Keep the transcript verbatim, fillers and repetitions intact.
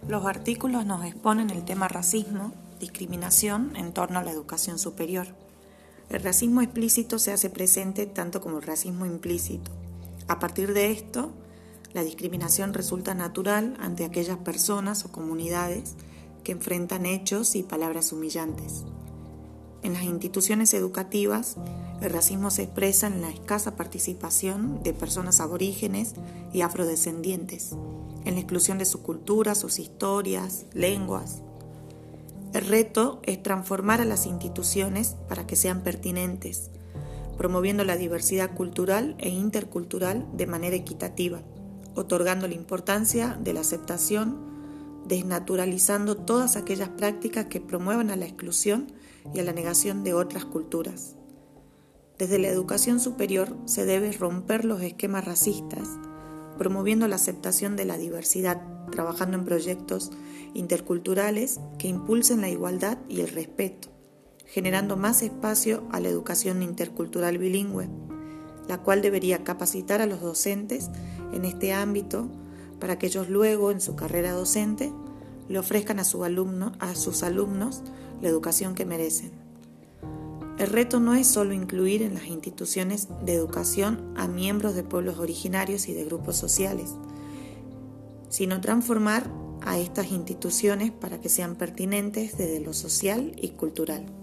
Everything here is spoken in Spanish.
Los artículos nos exponen el tema racismo, discriminación en torno a la educación superior. El racismo explícito se hace presente tanto como el racismo implícito. A partir de esto, la discriminación resulta natural ante aquellas personas o comunidades que enfrentan hechos y palabras humillantes. En las instituciones educativas, el racismo se expresa en la escasa participación de personas aborígenes y afrodescendientes, en la exclusión de su cultura, sus historias, lenguas. El reto es transformar a las instituciones para que sean pertinentes, promoviendo la diversidad cultural e intercultural de manera equitativa, otorgando la importancia de la aceptación, desnaturalizando todas aquellas prácticas que promuevan a la exclusión y a la negación de otras culturas. Desde la educación superior se debe romper los esquemas racistas, promoviendo la aceptación de la diversidad, trabajando en proyectos interculturales que impulsen la igualdad y el respeto, generando más espacio a la educación intercultural bilingüe, la cual debería capacitar a los docentes en este ámbito para que ellos luego, en su carrera docente, le ofrezcan a, su alumno, a sus alumnos la educación que merecen. El reto no es solo incluir en las instituciones de educación a miembros de pueblos originarios y de grupos sociales, sino transformar a estas instituciones para que sean pertinentes desde lo social y cultural.